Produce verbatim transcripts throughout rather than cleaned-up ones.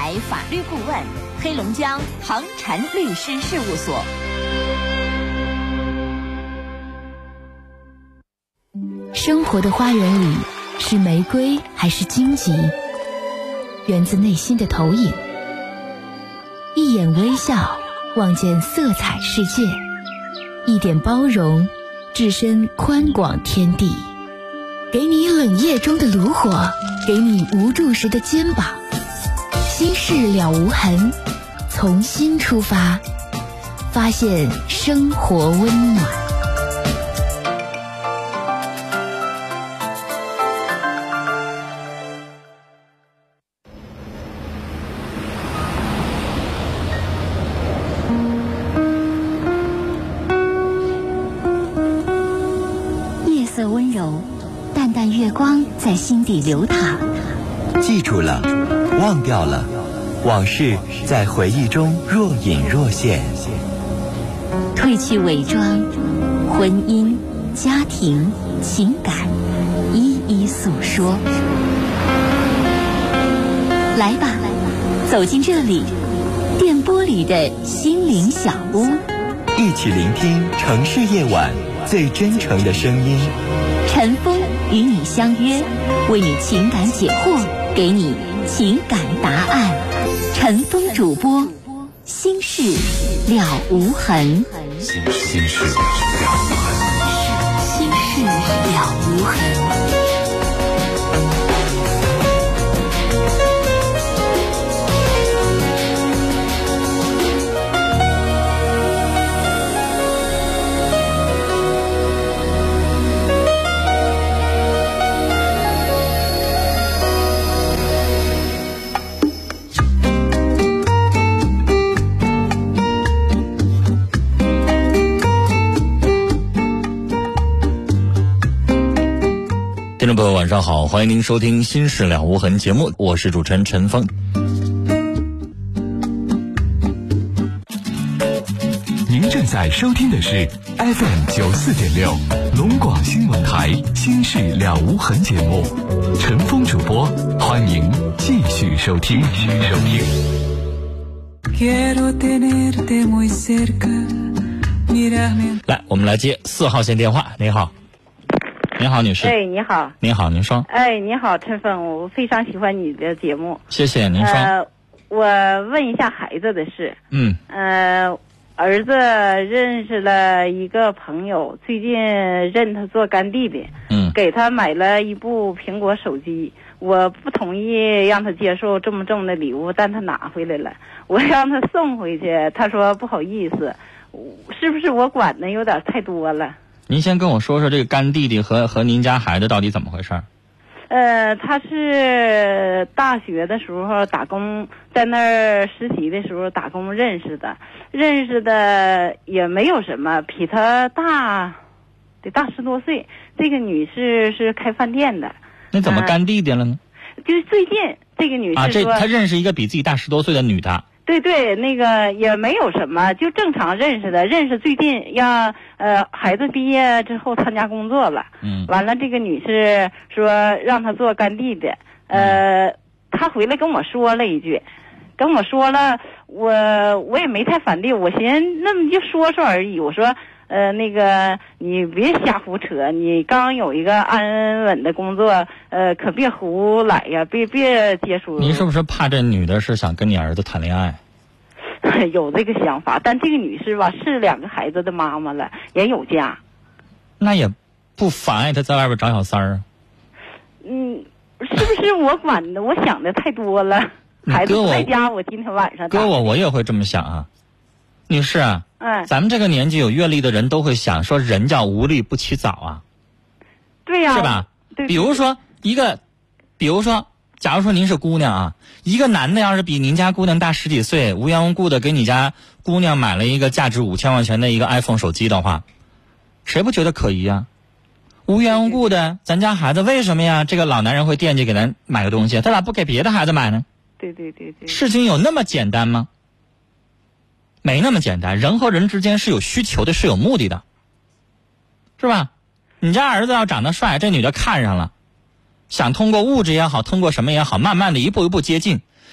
台法律顾问，黑龙江航禅律师事务所。 生活的花园里，是玫瑰还是荆棘？源自内心的投影。一眼微笑，望见色彩世界；一点包容，置身宽广天地。给你冷夜中的炉火，给你无助时的肩膀。心事了无痕，从心出发，发现生活温暖。 夜色温柔，淡淡月光在心底流淌。 记住了，忘掉了，往事在回忆中若隐若现。 褪去伪装，婚姻、家庭、情感，一一诉说。来吧，走进这里，电波里的心灵小屋， 一起聆听城市夜晚最真诚的声音。 陈峰与你相约，为你情感解惑，给你情感答案。陈峰主播，心事了无痕。 心心事了无痕。 心事了无痕。 听众朋友晚上好，欢迎您收听心事了无痕节目，我是主持人陈峰。 您正在收听的是 F M 九四点六龙广新闻台心事了无痕节目，陈峰主播，欢迎继续收听。继续收听。 来，我们来接四号线电话。你好。你好，女士。 哎，你好。 你好，您说。 哎，你好，陈峰，我非常喜欢你的节目。 谢谢，您说。 呃，我问一下孩子的事。 嗯。 呃，儿子认识了一个朋友，最近认他做干弟弟。 嗯。 给他买了一部苹果手机，我不同意让他接受这么重的礼物，但他拿回来了。我让他送回去，他说不好意思，是不是我管的有点太多了？ 您先跟我说说这个干弟弟和和您家孩子到底怎么回事？ 呃，他是大学的时候打工，在那儿实习的时候打工认识的，认识的也没有什么，比他大，得大十多岁。这个女士是开饭店的。 那怎么干弟弟了呢？ 呃、就是最近这个女士说， 啊，这他认识一个比自己大十多岁的女的。 对对，那个也没有什么，就正常认识的，认识最近要呃孩子毕业之后参加工作了， 嗯， 完了这个女士说让他做干弟弟，呃，嗯、他回来跟我说了一句，跟我说了，我我也没太反对，我寻思那么就说说而已，我说呃那个你别瞎胡扯，你刚有一个安稳的工作，呃可别胡来呀，别别接触。 您是不是怕这女的是想跟你儿子谈恋爱？ 有这个想法，但这个女士吧是两个孩子的妈妈了，也有家。 那也不妨碍她在外边找小三儿啊。 嗯，是不是我管的我想的太多了？孩子在家，我今天晚上搁我我也会这么想啊。女士啊， 嗯， 咱们这个年纪有阅历的人都会想说，人叫无利不起早啊。 对呀、啊， 是吧？ 对。 比如说一个，比如说。假如说您是姑娘啊，一个男的要是比您家姑娘大十几岁，无缘无故的给你家姑娘买了一个价值五千块钱的一个 iPhone 手机的话，谁不觉得可疑啊？无缘无故的，咱家孩子为什么呀？这个老男人会惦记给咱买个东西，他咋不给别的孩子买呢？ 对对对对。 事情有那么简单吗？没那么简单，人和人之间是有需求的，是有目的的，是吧？你家儿子要长得帅，这女的看上了。想通过物质也好，通过什么也好，慢慢的一步一步接近，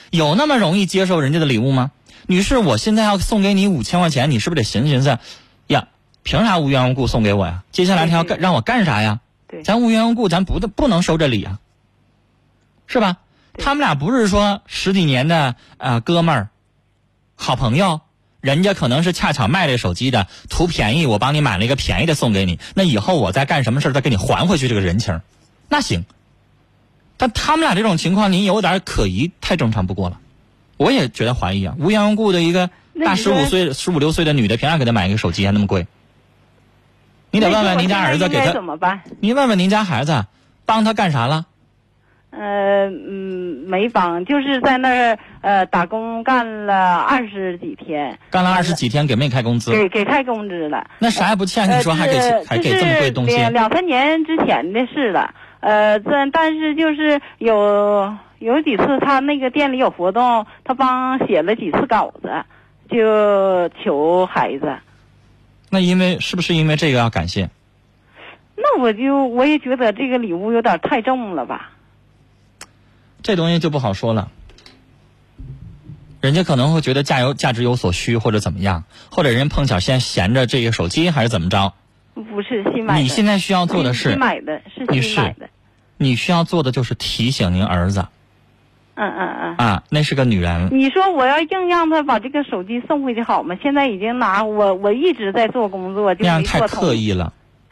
有那么容易接受人家的礼物吗？女士，我现在要送给你五千块钱，你是不是得寻思寻思呀？凭啥无缘无故送给我呀？接下来他要干让我干啥呀？ 对， 咱无缘无故咱不不能收这礼啊，是吧？他们俩不是说十几年的呃哥们儿、好朋友，人家可能是恰巧卖这手机的，图便宜，我帮你买了一个便宜的送给你，那以后我再干什么事再给你还回去这个人情，那行。但他们俩这种情况，您有点可疑，太正常不过了。我也觉得怀疑啊，无缘无故的一个大十五岁、十五六岁的女的，凭啥给他买一个手机还那么贵？你得问问您家儿子给他怎么办？ 您问问您家孩子，帮他干啥了？ 呃嗯，没帮，就是在那儿呃打工干了二十几天， 干了二十几天，给没开工资？ 给给开工资了。 那啥也不欠，你说还给、 呃、 还给这么贵东西？ 两两三年之前的事了。呃，这但是就是有有几次他那个店里有活动，他帮写了几次稿子，就求孩子。 那因为是不是因为这个要感谢？ 那我就我也觉得这个礼物有点太重了吧。 这东西就不好说了，人家可能会觉得价有价值有所需，或者怎么样，或者人碰巧先闲着这个手机，还是怎么着？ 不是新买的。 你现在需要做的是新买的，是新买的。 你需要做的就是提醒您儿子。 嗯嗯嗯。 啊，那是个女人。 你说我要硬让他把这个手机送回去好吗？现在已经拿我，我一直在做工作，就那样太刻意了。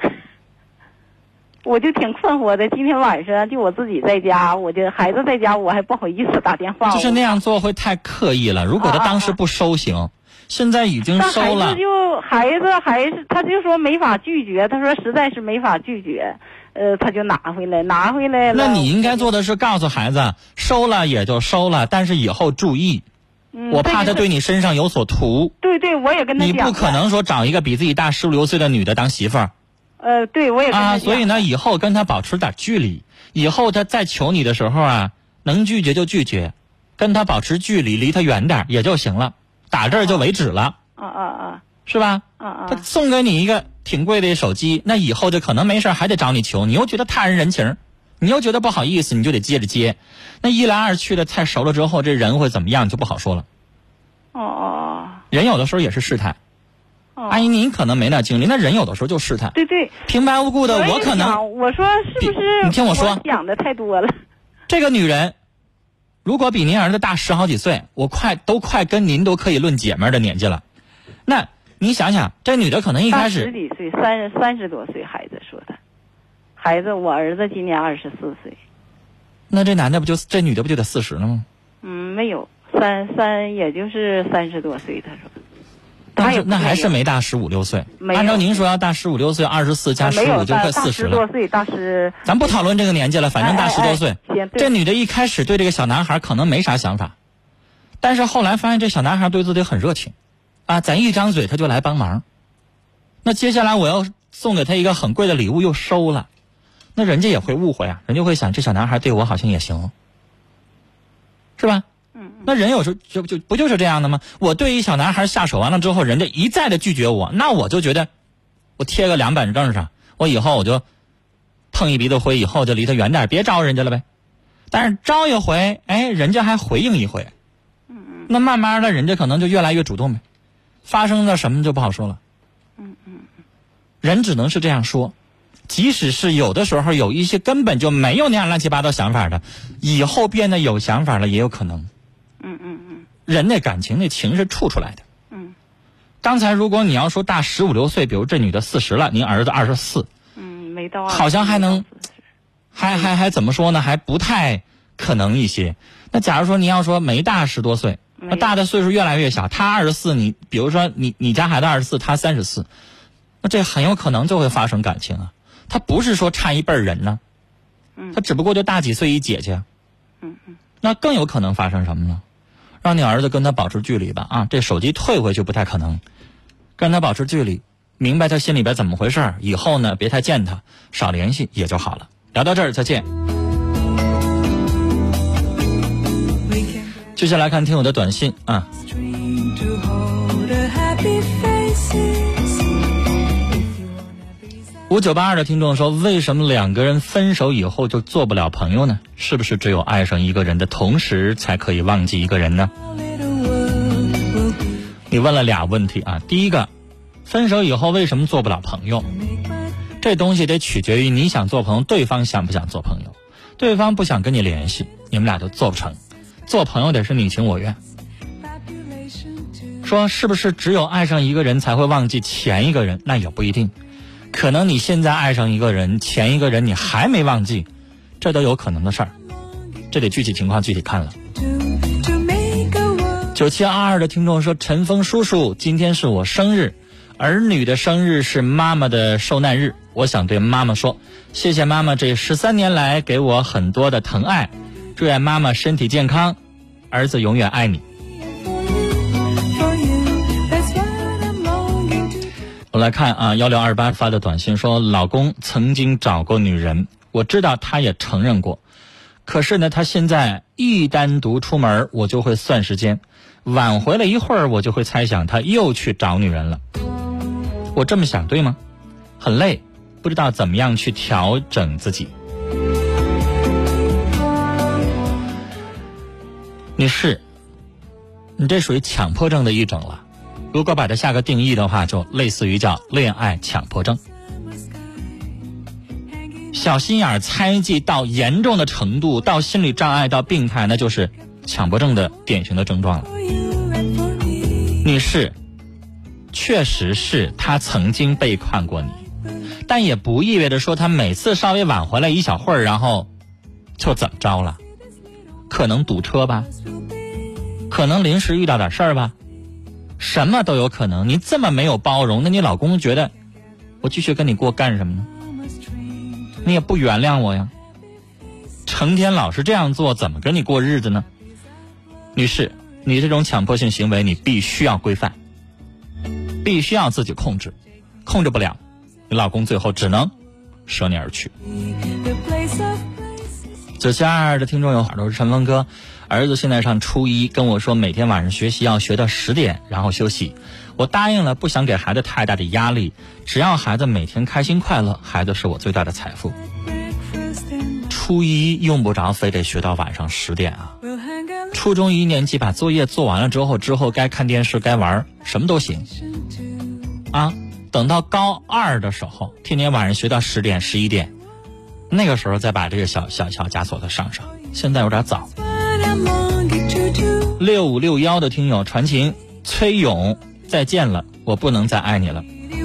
我就挺困惑的，今天晚上就我自己在家，我就孩子在家，我还不好意思打电话。 就是那样做会太刻意了。如果他当时不收行，啊啊啊现在已经收了。 但孩子就孩子还是他就说没法拒绝，他说实在是没法拒绝，呃，他就拿回来，拿回来了。 那你应该做的是告诉孩子，收了也就收了，但是以后注意， 嗯、 我怕他对你身上有所图。 对对，我也跟他讲。 你不可能说找一个比自己大十五六岁的女的当媳妇儿。 呃，对，我也跟他啊，所以呢，以后跟他保持点距离。以后他再求你的时候啊，能拒绝就拒绝，跟他保持距离，离他远点也就行了，打这儿就为止了。 啊啊啊！ 是吧？ 啊啊！ 他送给你一个挺贵的手机，那以后就可能没事还得找你求，你又觉得踏人人情，你又觉得不好意思，你就得接着接。那一来二去的太熟了之后，这人会怎么样就不好说了。 哦哦。 人有的时候也是试探。 哦、 阿姨，您可能没那经历，那人有的时候就试探。 对对， 平白无故的，我可能， 我说是不是？ 你听我说， 我想的太多了。 这个女人，如果比您儿子大十好几岁，我快都快跟您都可以论姐们儿的年纪了。那你想想，这女的可能一开始十几岁，三十三十多岁，孩子说的，孩子，我儿子今年二十四岁。 那这男的不就这女的不就得四十了吗？ 嗯，没有，三三也就是三十多岁，他说。 但是那还是没大十五六岁。按照您说要大十五六岁，二十四加十五就快四十了。 大十多岁，大十。 咱不讨论这个年纪了，反正大十多岁。 哎哎这女的一开始对这个小男孩可能没啥想法，但是后来发现这小男孩对自己很热情，啊，咱一张嘴他就来帮忙。那接下来我要送给他一个很贵的礼物又收了，那人家也会误会啊，人家会想这小男孩对我好像也行，是吧？那人有时候就就不就是这样的吗？我对一小男孩下手完了之后，人家一再的拒绝我，那我就觉得我贴个两本证上，我以后我就碰一鼻子灰，以后就离他远点，别招人家了呗。但是招一回，哎，人家还回应一回，那慢慢的人家可能就越来越主动呗。发生了什么就不好说了。人只能是这样说，即使是有的时候有一些根本就没有那样乱七八糟想法的，以后变得有想法了也有可能。 嗯嗯嗯， 人那感情那情是处出来的。 嗯， 刚才如果你要说大十五六岁，比如这女的四十了，您儿子二十四， 嗯，没到， 好像还能，还还还怎么说呢？还不太可能一些。那假如说你要说没大十多岁，那大的岁数越来越小，他二十四，你比如说你你家孩子二十四，他三十四，那这很有可能就会发生感情啊。他不是说差一辈人呢，他只不过就大几岁一姐姐， 嗯嗯， 那更有可能发生什么呢？让你儿子跟他保持距离吧啊，这手机退回去不太可能，跟他保持距离，明白他心里边怎么回事，以后呢别太见他，少联系也就好了。聊到这儿再见。接下来看听友的短信啊。 五九八二的听众说，为什么两个人分手以后就做不了朋友呢？是不是只有爱上一个人的同时才可以忘记一个人呢？你问了俩问题啊。第一个，分手以后为什么做不了朋友？这东西得取决于你想做朋友，对方想不想做朋友。对方不想跟你联系，你们俩就做不成。做朋友得是你情我愿。说是不是只有爱上一个人才会忘记前一个人？那也不一定，可能你现在爱上一个人，前一个人你还没忘记，这都有可能的事儿，这得具体情况具体看了。九七二二的听众说，陈峰叔叔，今天是我生日，儿女的生日是妈妈的受难日，我想对妈妈说，谢谢妈妈这十三年来给我很多的疼爱，祝愿妈妈身体健康，儿子永远爱你。我来看啊，一六二八发的短信说，老公曾经找过女人，我知道他也承认过，可是呢，他现在一单独出门我就会算时间，晚回了一会儿我就会猜想他又去找女人了。我这么想对吗？很累，不知道怎么样去调整自己。女士，你这属于强迫症的一种了，如果把它下个定义的话，就类似于叫恋爱强迫症。小心眼猜忌到严重的程度，到心理障碍，到病态，那就是强迫症的典型的症状了。女士，确实是他曾经背叛过你，但也不意味着说他每次稍微晚回来一小会儿，然后就怎么着了。可能堵车吧，可能临时遇到点事儿吧，什么都有可能。你这么没有包容，那你老公觉得我继续跟你过干什么呢？你也不原谅我呀，成天老是这样做，怎么跟你过日子呢？女士，你这种强迫性行为你必须要规范，必须要自己控制，控制不了，你老公最后只能舍你而去。九七二二的听众有耳朵是陈峰哥，儿子现在上初一，跟我说每天晚上学习要学到十点，然后休息。我答应了，不想给孩子太大的压力，只要孩子每天开心快乐，孩子是我最大的财富。初一用不着非得学到晚上十点啊，初中一年级把作业做完了之后，之后该看电视该玩什么都行啊。等到高二的时候，天天晚上学到十点十一点，那个时候再把这个小小小枷锁的上上，现在有点早。六五六幺的听友传情，崔勇，再见了，我不能再爱你了。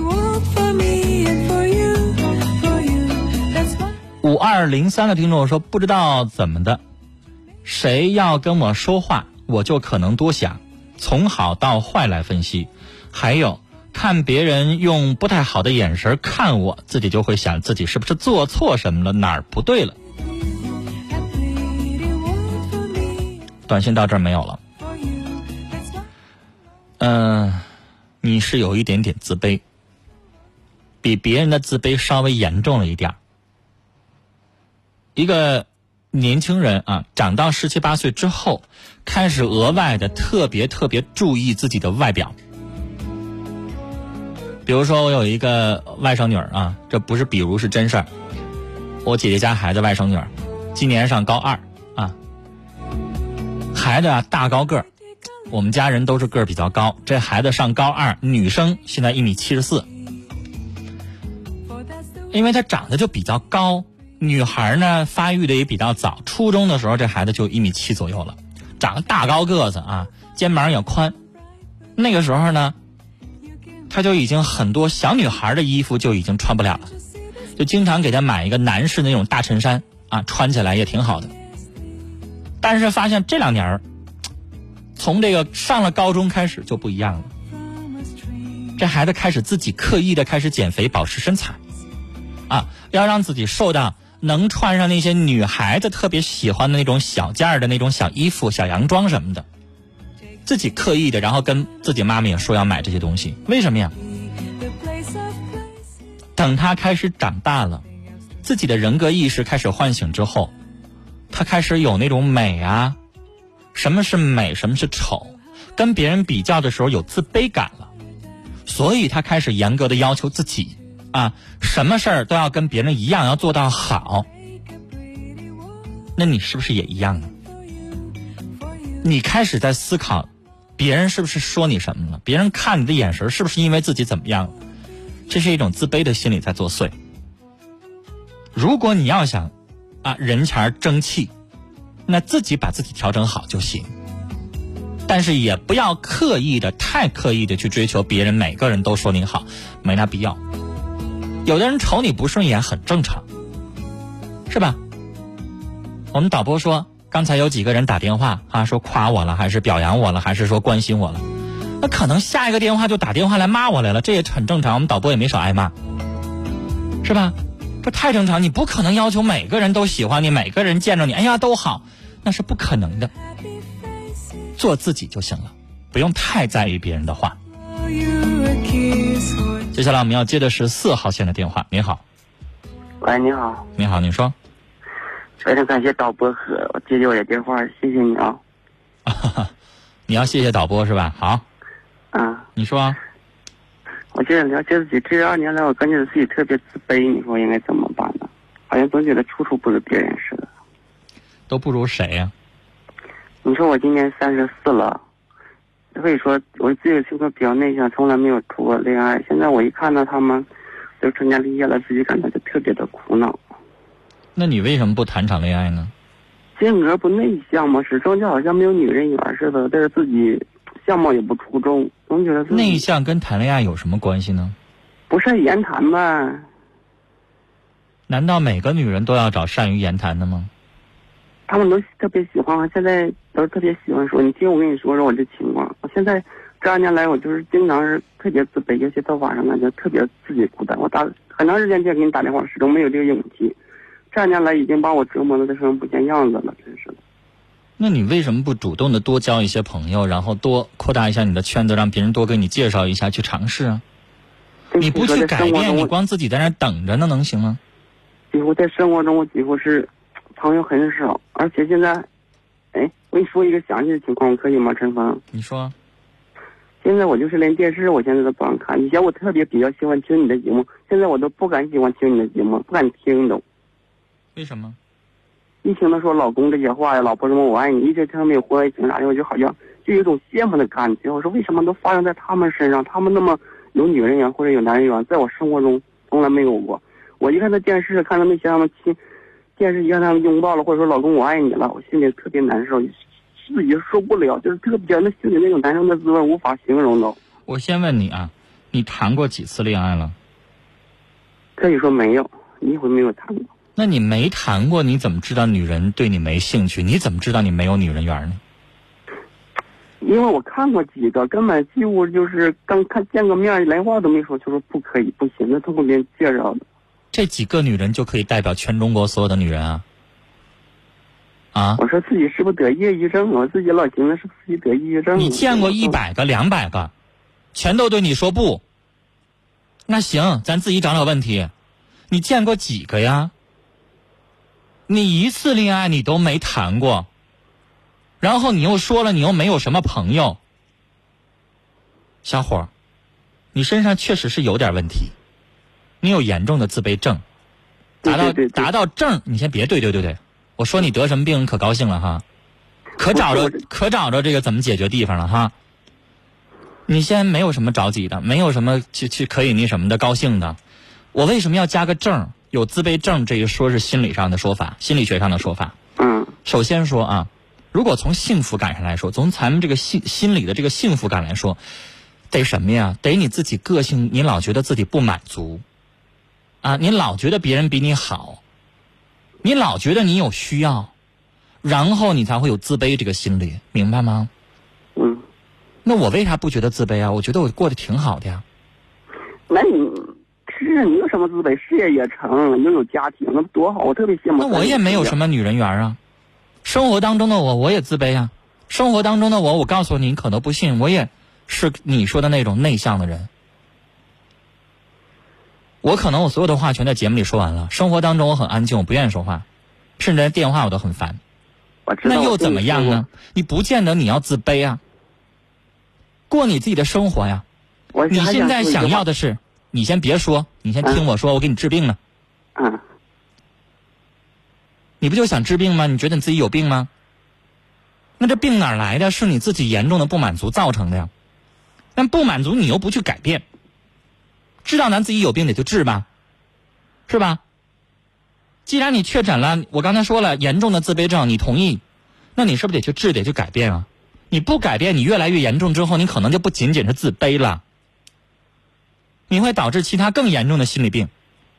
五二零三的听众说，不知道怎么的，谁要跟我说话，我就可能多想，从好到坏来分析，还有看别人用不太好的眼神看我，自己就会想自己是不是做错什么了，哪儿不对了。短信到这儿没有了。嗯、呃，你是有一点点自卑，比别人的自卑稍微严重了一点。一个年轻人啊，长到十七八岁之后，开始额外的特别特别注意自己的外表。比如说我有一个外甥女儿啊，这不是比如是真事儿，我姐姐家孩子外甥女儿今年上高二啊，孩子啊大高个儿，我们家人都是个儿比较高，这孩子上高二，女生现在一米七十四，因为她长得就比较高，女孩呢发育的也比较早，初中的时候这孩子就一米七左右了，长得大高个子啊，肩膀也宽。那个时候呢，她就已经很多小女孩的衣服就已经穿不了了，就经常给她买一个男士那种大衬衫啊，穿起来也挺好的。但是发现这两年从这个上了高中开始就不一样了，这孩子开始自己刻意的开始减肥保持身材啊，要让自己瘦到能穿上那些女孩子特别喜欢的那种小件的那种小衣服小洋装什么的，自己刻意的，然后跟自己妈妈也说要买这些东西。为什么呀？等他开始长大了，自己的人格意识开始唤醒之后，他开始有那种美啊，什么是美什么是丑，跟别人比较的时候有自卑感了，所以他开始严格的要求自己， 啊，什么事儿都要跟别人一样，要做到好，那你是不是也一样呢？你开始在思考别人是不是说你什么了，别人看你的眼神是不是因为自己怎么样，这是一种自卑的心理在作祟。如果你要想啊人前争气，那自己把自己调整好就行，但是也不要刻意的太刻意的去追求别人每个人都说你好，没那必要。有的人瞅你不顺眼很正常，是吧？我们导播说刚才有几个人打电话啊，说夸我了，还是表扬我了，还是说关心我了，那可能下一个电话就打电话来骂我来了，这也很正常，我们导播也没少挨骂，是吧？这太正常，你不可能要求每个人都喜欢你，每个人见着你哎呀都好，那是不可能的。做自己就行了，不用太在意别人的话。接下来我们要接的是四号线的电话。你好。 喂，你好。 你好，你说。 非常感谢导播和我接接我的电话，谢谢你啊。 你要谢谢导播是吧？好。 啊。 你说啊。 我觉得了解自己这二年来，我感觉自己特别自卑，你说应该怎么办呢？好像总觉得处处不如别人似的。 都不如谁呀、 啊？你说我今年三十四了，可以说我自己的性格比较内向，从来没有处过恋爱。现在我一看到他们都成家立业了，自己感到就特别的苦恼。 那你为什么不谈场恋爱呢？ 性格不内向嘛，始终就好像没有女人缘似的，但是自己相貌也不出众，总觉得自己内向跟谈恋爱有什么关系呢？ 不善于言谈吧？ 难道每个女人都要找善于言谈的吗？ 他们都特别喜欢，现在都特别喜欢说。你听我跟你说说我这情况，我现在这二年来，我就是经常是特别自卑，尤其到晚上感觉特别自己孤单。我打很长时间前给你打电话，始终没有这个勇气。这二年来已经把我折磨的这生不见样子了，真是的。 那你为什么不主动的多交一些朋友，然后多扩大一下你的圈子，让别人多给你介绍一下，去尝试啊？你不去改变，你光自己在那等着，那能行吗？ 几乎在生活中，我几乎是朋友很少，而且现在，哎，我跟你说一个详细的情况，可以吗，陈峰？ 你说。 现在我就是连电视，我现在都不让看。以前我特别比较喜欢听你的节目，现在我都不敢喜欢听你的节目，不敢听都。 为什么？ 一听他说老公这些话呀，老婆什么我爱你，一直听他们有婚外情啥的，我就好像就有一种羡慕的感觉。我说为什么都发生在他们身上？他们那么有女人缘或者有男人缘，在我生活中从来没有过。我一看他电视，看他们像他们亲电视，一看他们拥抱了，或者说老公我爱你了，我心里特别难受，自己受不了，就是特别那心里那种难受的滋味无法形容的。 我先问你啊，你谈过几次恋爱了？ 可以说没有，一回没有谈过。 那你没谈过，你怎么知道女人对你没兴趣？你怎么知道你没有女人缘呢？ 因为我看过几个，根本几乎就是刚看见个面，连话都没说，就说不可以不行，那通过别人介绍的。 这几个女人就可以代表全中国所有的女人啊？啊？ 我说自己是不是得抑郁症？我自己老寻思是自己得抑郁症。 你见过一百个、两百个，全都对你说不？那行，咱自己找找问题。你见过几个呀？你一次恋爱你都没谈过，然后你又说了你又没有什么朋友。小伙儿，你身上确实是有点问题，你有严重的自卑症，达到对对对达到症，你先别对对对对，我说你得什么病可高兴了哈，可找着可找着这个怎么解决地方了哈。你先没有什么着急的，没有什么去去可以那什么的高兴的。我为什么要加个症？有自卑症这一说是心理上的说法，心理学上的说法。 嗯， 首先说啊，如果从幸福感上来说，从咱们这个心心理的这个幸福感来说，得什么呀？得你自己个性，你老觉得自己不满足，啊，你老觉得别人比你好，你老觉得你有需要，然后你才会有自卑这个心理，明白吗？ 嗯。 那我为啥不觉得自卑啊？我觉得我过得挺好的呀。 那你是你有什么自卑？事业也成，又有家庭，那多好！我特别羡慕。 那我也没有什么女人缘啊。生活当中的我，我也自卑啊。生活当中的我，我告诉你，你可能不信，我也是你说的那种内向的人。我可能我所有的话全在节目里说完了。生活当中我很安静，我不愿意说话，甚至连电话我都很烦。那又怎么样呢？你不见得你要自卑啊。过你自己的生活呀。你现在想要的是你先别说，你先听我说，我给你治病呢。 嗯。 你不就想治病吗？你觉得你自己有病吗？那这病哪来的？是你自己严重的不满足造成的呀。但不满足你又不去改变，知道咱自己有病得就治吧，是吧？既然你确诊了，我刚才说了严重的自卑症，你同意，那你是不是得去治，得去改变啊？你不改变，你越来越严重之后，你可能就不仅仅是自卑了，你会导致其他更严重的心理病。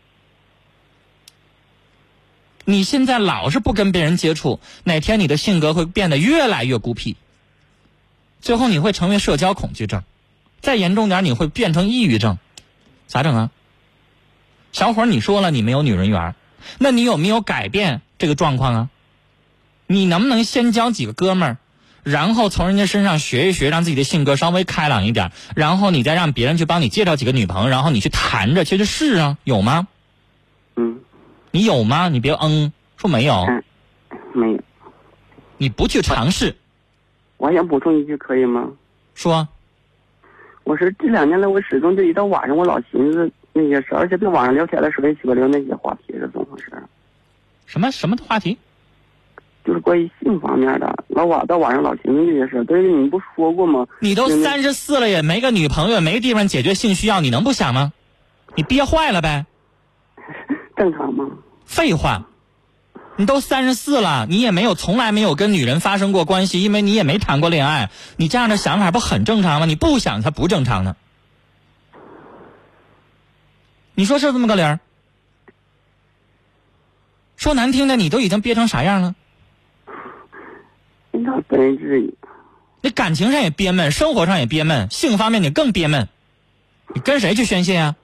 你现在老是不跟别人接触，哪天你的性格会变得越来越孤僻，最后你会成为社交恐惧症，再严重点你会变成抑郁症，咋整啊？小伙儿，你说了你没有女人缘，那你有没有改变这个状况啊？你能不能先交几个哥们儿，然后从人家身上学一学，让自己的性格稍微开朗一点，然后你再让别人去帮你介绍几个女朋友，然后你去谈着，其实是啊，有吗？ 嗯。 你有吗？你别嗯说没有。 嗯，没有。 你不去尝试。 我还想补充一句，可以吗？ 说。 我是这两年来，我始终就一到晚上，我老寻思那些事，而且在网上聊天的时候也喜欢聊那些话题，是怎么回事？ 什么什么话题？ 就是关于性方面的，老晚到晚上老寻思这些事。对，你不说过吗？ 你都三十四了，也没个女朋友，没地方解决性需要，你能不想吗？你憋坏了呗？ 正常吗？ 废话，你都三十四了，你也没有从来没有跟女人发生过关系，因为你也没谈过恋爱，你这样的想法不很正常吗？你不想才不正常呢。你说是这么个理儿？说难听的，你都已经憋成啥样了？ 那不能至于。 你感情上也憋闷，生活上也憋闷，性方面你更憋闷，你跟谁去宣泄啊？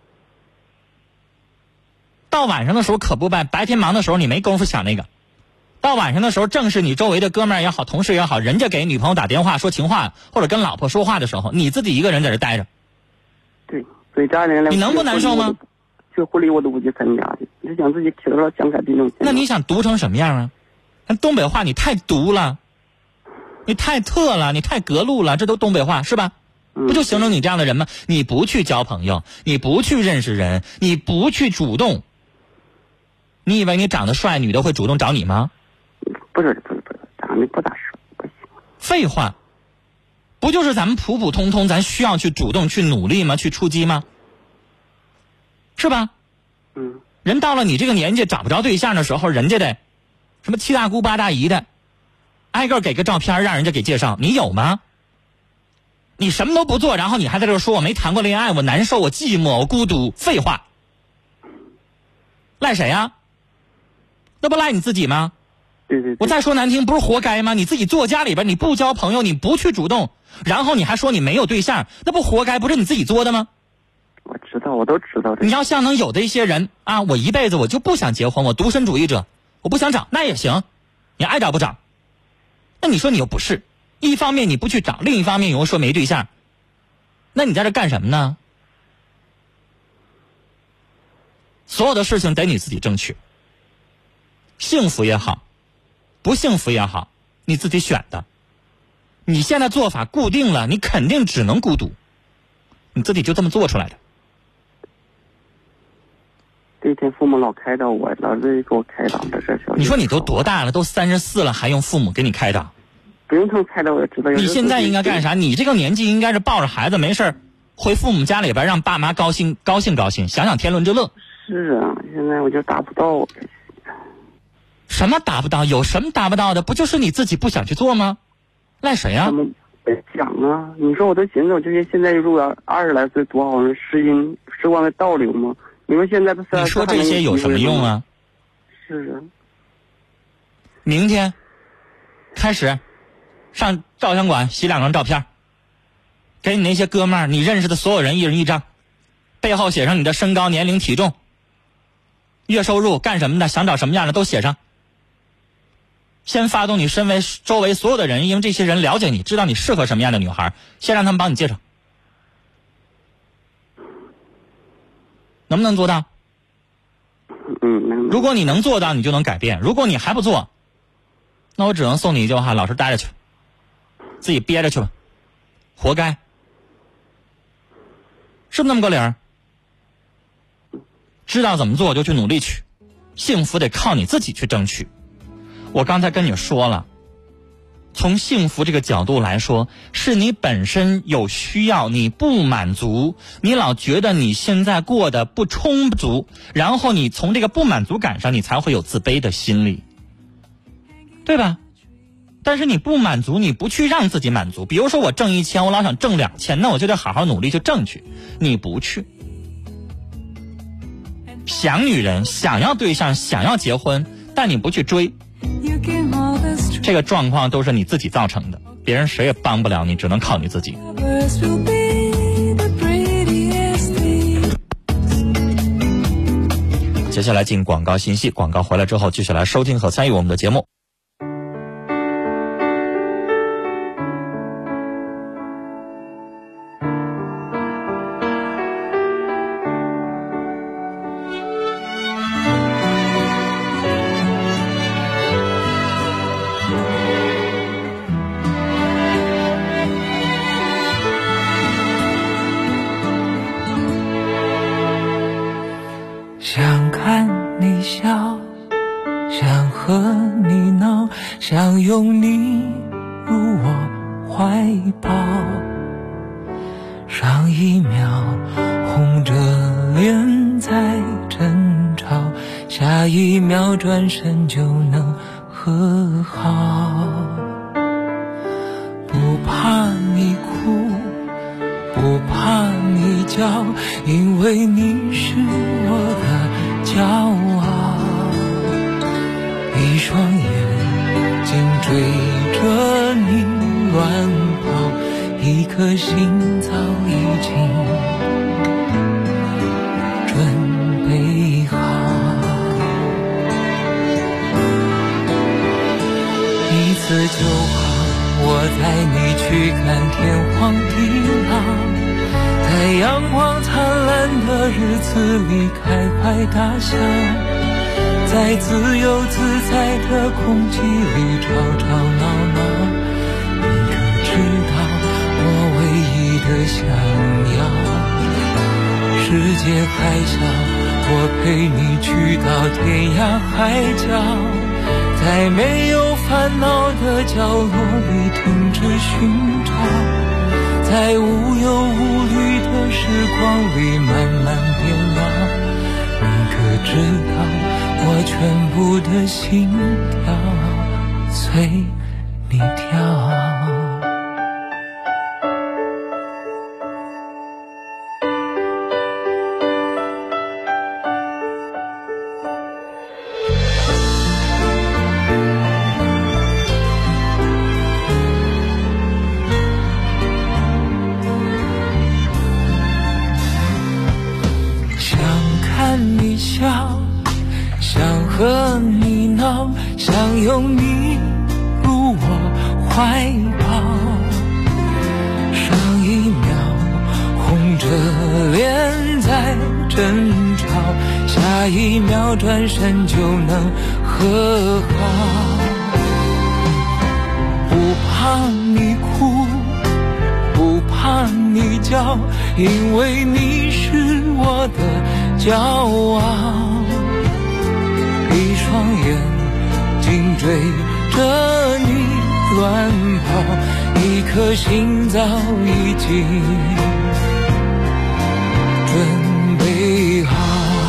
到晚上的时候可不呗，白天忙的时候你没工夫想那个，到晚上的时候正是你周围的哥们儿也好，同事也好，人家给女朋友打电话说情话或者跟老婆说话的时候，你自己一个人在这待着。 对，所以家人来， 你能不难受吗？ 去婚礼我都不去参加去，就想自己起到想改变这种。 那你想毒成什么样啊？那东北话你太毒了，你太特了，你太隔路了，这都东北话是吧？不就形容你这样的人吗？你不去交朋友，你不去认识人，你不去主动，你以为你长得帅，女的会主动找你吗？ 不是不是不是，长得不咋帅，不行。 废话，不就是咱们普普通通，咱需要去主动去努力吗？去出击吗？是吧？ 嗯。 人到了你这个年纪找不着对象的时候，人家得什么七大姑八大姨的，挨个给个照片让人家给介绍，你有吗？你什么都不做，然后你还在这说我没谈过恋爱，我难受，我寂寞，我孤独。废话，赖谁呀？那不赖你自己吗？ 对对对。 我再说难听，不是活该吗？你自己坐家里边，你不交朋友，你不去主动，然后你还说你没有对象，那不活该，不是你自己作的吗？ 我知道，我都知道。 你要像能有的一些人啊，我一辈子我就不想结婚，我独身主义者，我不想找，那也行，你爱找不找？那你说你又不是，一方面你不去找，另一方面又说没对象，那你在这干什么呢？所有的事情得你自己争取，幸福也好，不幸福也好，你自己选的。你现在做法固定了，你肯定只能孤独，你自己就这么做出来的。 这天父母老开导我，老是给我开导的这。 你说你都多大了，都三十四了，还用父母给你开导？ 不用他们开导，我知道。 你现在应该干啥？你这个年纪应该是抱着孩子没事回父母家里边，让爸妈高兴高兴高兴，想想天伦之乐。 是啊，现在我就达不到。 什么达不到？有什么达不到的？不就是你自己不想去做吗？赖谁呀、啊？ 想啊！你说我都寻思，我就是现在如果二十来岁多好，时间时光的倒流吗？你说现在不是？ 你说这些有什么用啊？ 是啊。 明天开始上照相馆洗两张照片，给你那些哥们儿，你认识的所有人一人一张，背后写上你的身高、年龄、体重、月收入、干什么的，想找什么样的都写上。先发动你身为周围所有的人，因为这些人了解你，知道你适合什么样的女孩，先让他们帮你介绍。能不能做到？ 嗯，能。 如果你能做到，你就能改变；如果你还不做，那我只能送你一句话：老实待着去，自己憋着去吧，活该。是不是那么个理儿？ 知道怎么做就去努力去，幸福得靠你自己去争取。我刚才跟你说了，从幸福这个角度来说，是你本身有需要，你不满足，你老觉得你现在过得不充足，然后你从这个不满足感上，你才会有自卑的心理，对吧？但是你不满足，你不去让自己满足，比如说我挣一千，我老想挣两千，那我就得好好努力去挣去，你不去。想女人，想要对象，想要结婚，但你不去追，这个状况都是你自己造成的，别人谁也帮不了你，只能靠你自己。接下来进广告信息，广告回来之后继续来收听和参与我们的节目。 想看你笑，想和你闹，想拥你入我怀抱，上一秒红着脸在争吵，下一秒转身就能和好。不怕你哭，不怕你叫，因为你是我的骄傲。一双眼睛追着你乱跑，一颗心早已经准备好。一次就好，我带你去看天荒地老，在阳光灿烂的日子里开怀大笑，在自由自在的空气里吵吵闹闹。你可知道我唯一的想要，世界还小，我陪你去到天涯海角，在没有烦恼的角落里停止寻找，在无忧无虑的时光里慢慢变老。你可知道我全部的心跳随你跳。和你闹，想拥你入我怀抱，上一秒红着脸在争吵，下一秒转身就能和好。不怕你哭，不怕你叫，因为你是我的骄傲。一双眼睛追着你乱跑，一颗心早已经准备好。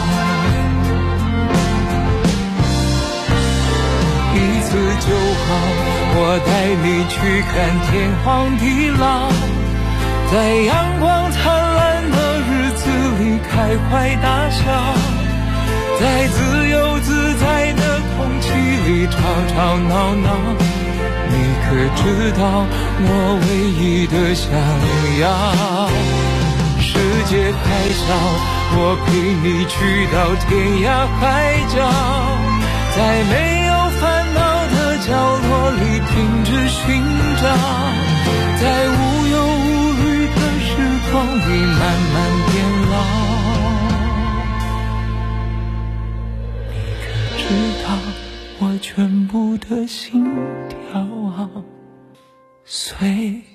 一次就好，我带你去看天荒地老，在阳光灿烂的日子里开怀大笑，在自由自在的空气里吵吵闹闹。你可知道我唯一的想要，世界太小，我陪你去到天涯海角，在没有烦恼的角落里停止寻找，在无忧无虑的时光里慢慢变老。知道我全部的心跳啊，随